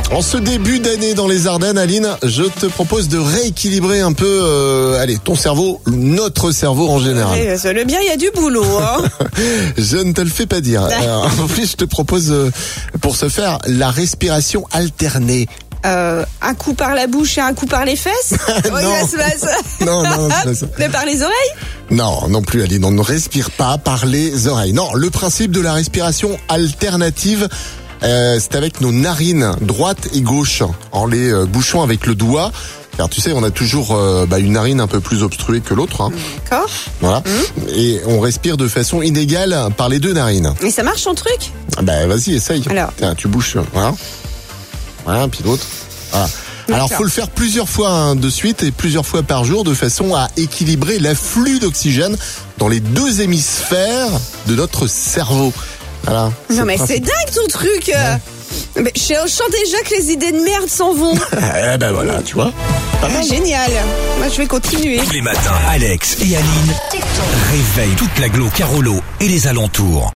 En ce début d'année dans les Ardennes, Aline, je te propose de rééquilibrer un peu, ton cerveau, notre cerveau en général. Oui, le bien, il y a du boulot. Hein. Je ne te le fais pas dire. En plus, je te propose, pour ce faire, la respiration alternée. Un coup par la bouche et un coup par les fesses. Oui, ça se passe. Non, c'est pas ça. Mais par les oreilles? Non plus, Aline, on ne respire pas par les oreilles. Non, le principe de la respiration alternative, c'est avec nos narines droite et gauche, en les bouchant avec le doigt. Car tu sais, on a toujours une narine un peu plus obstruée que l'autre. Hein. D'accord. Voilà. Et on respire de façon inégale par les deux narines. Et ça marche ton truc? Vas-y, essaye. Alors. Tiens, tu bouches, voilà, puis l'autre. Voilà. Alors, faut le faire plusieurs fois de suite et plusieurs fois par jour de façon à équilibrer l'afflux d'oxygène dans les deux hémisphères de notre cerveau. Voilà. Non mais c'est dingue ton truc. Mais je sens déjà que les idées de merde s'en vont. Voilà, tu vois. Génial. Moi je vais continuer. Tous les matins, Alex et Aline réveillent toute l'agglo Carolo et les alentours.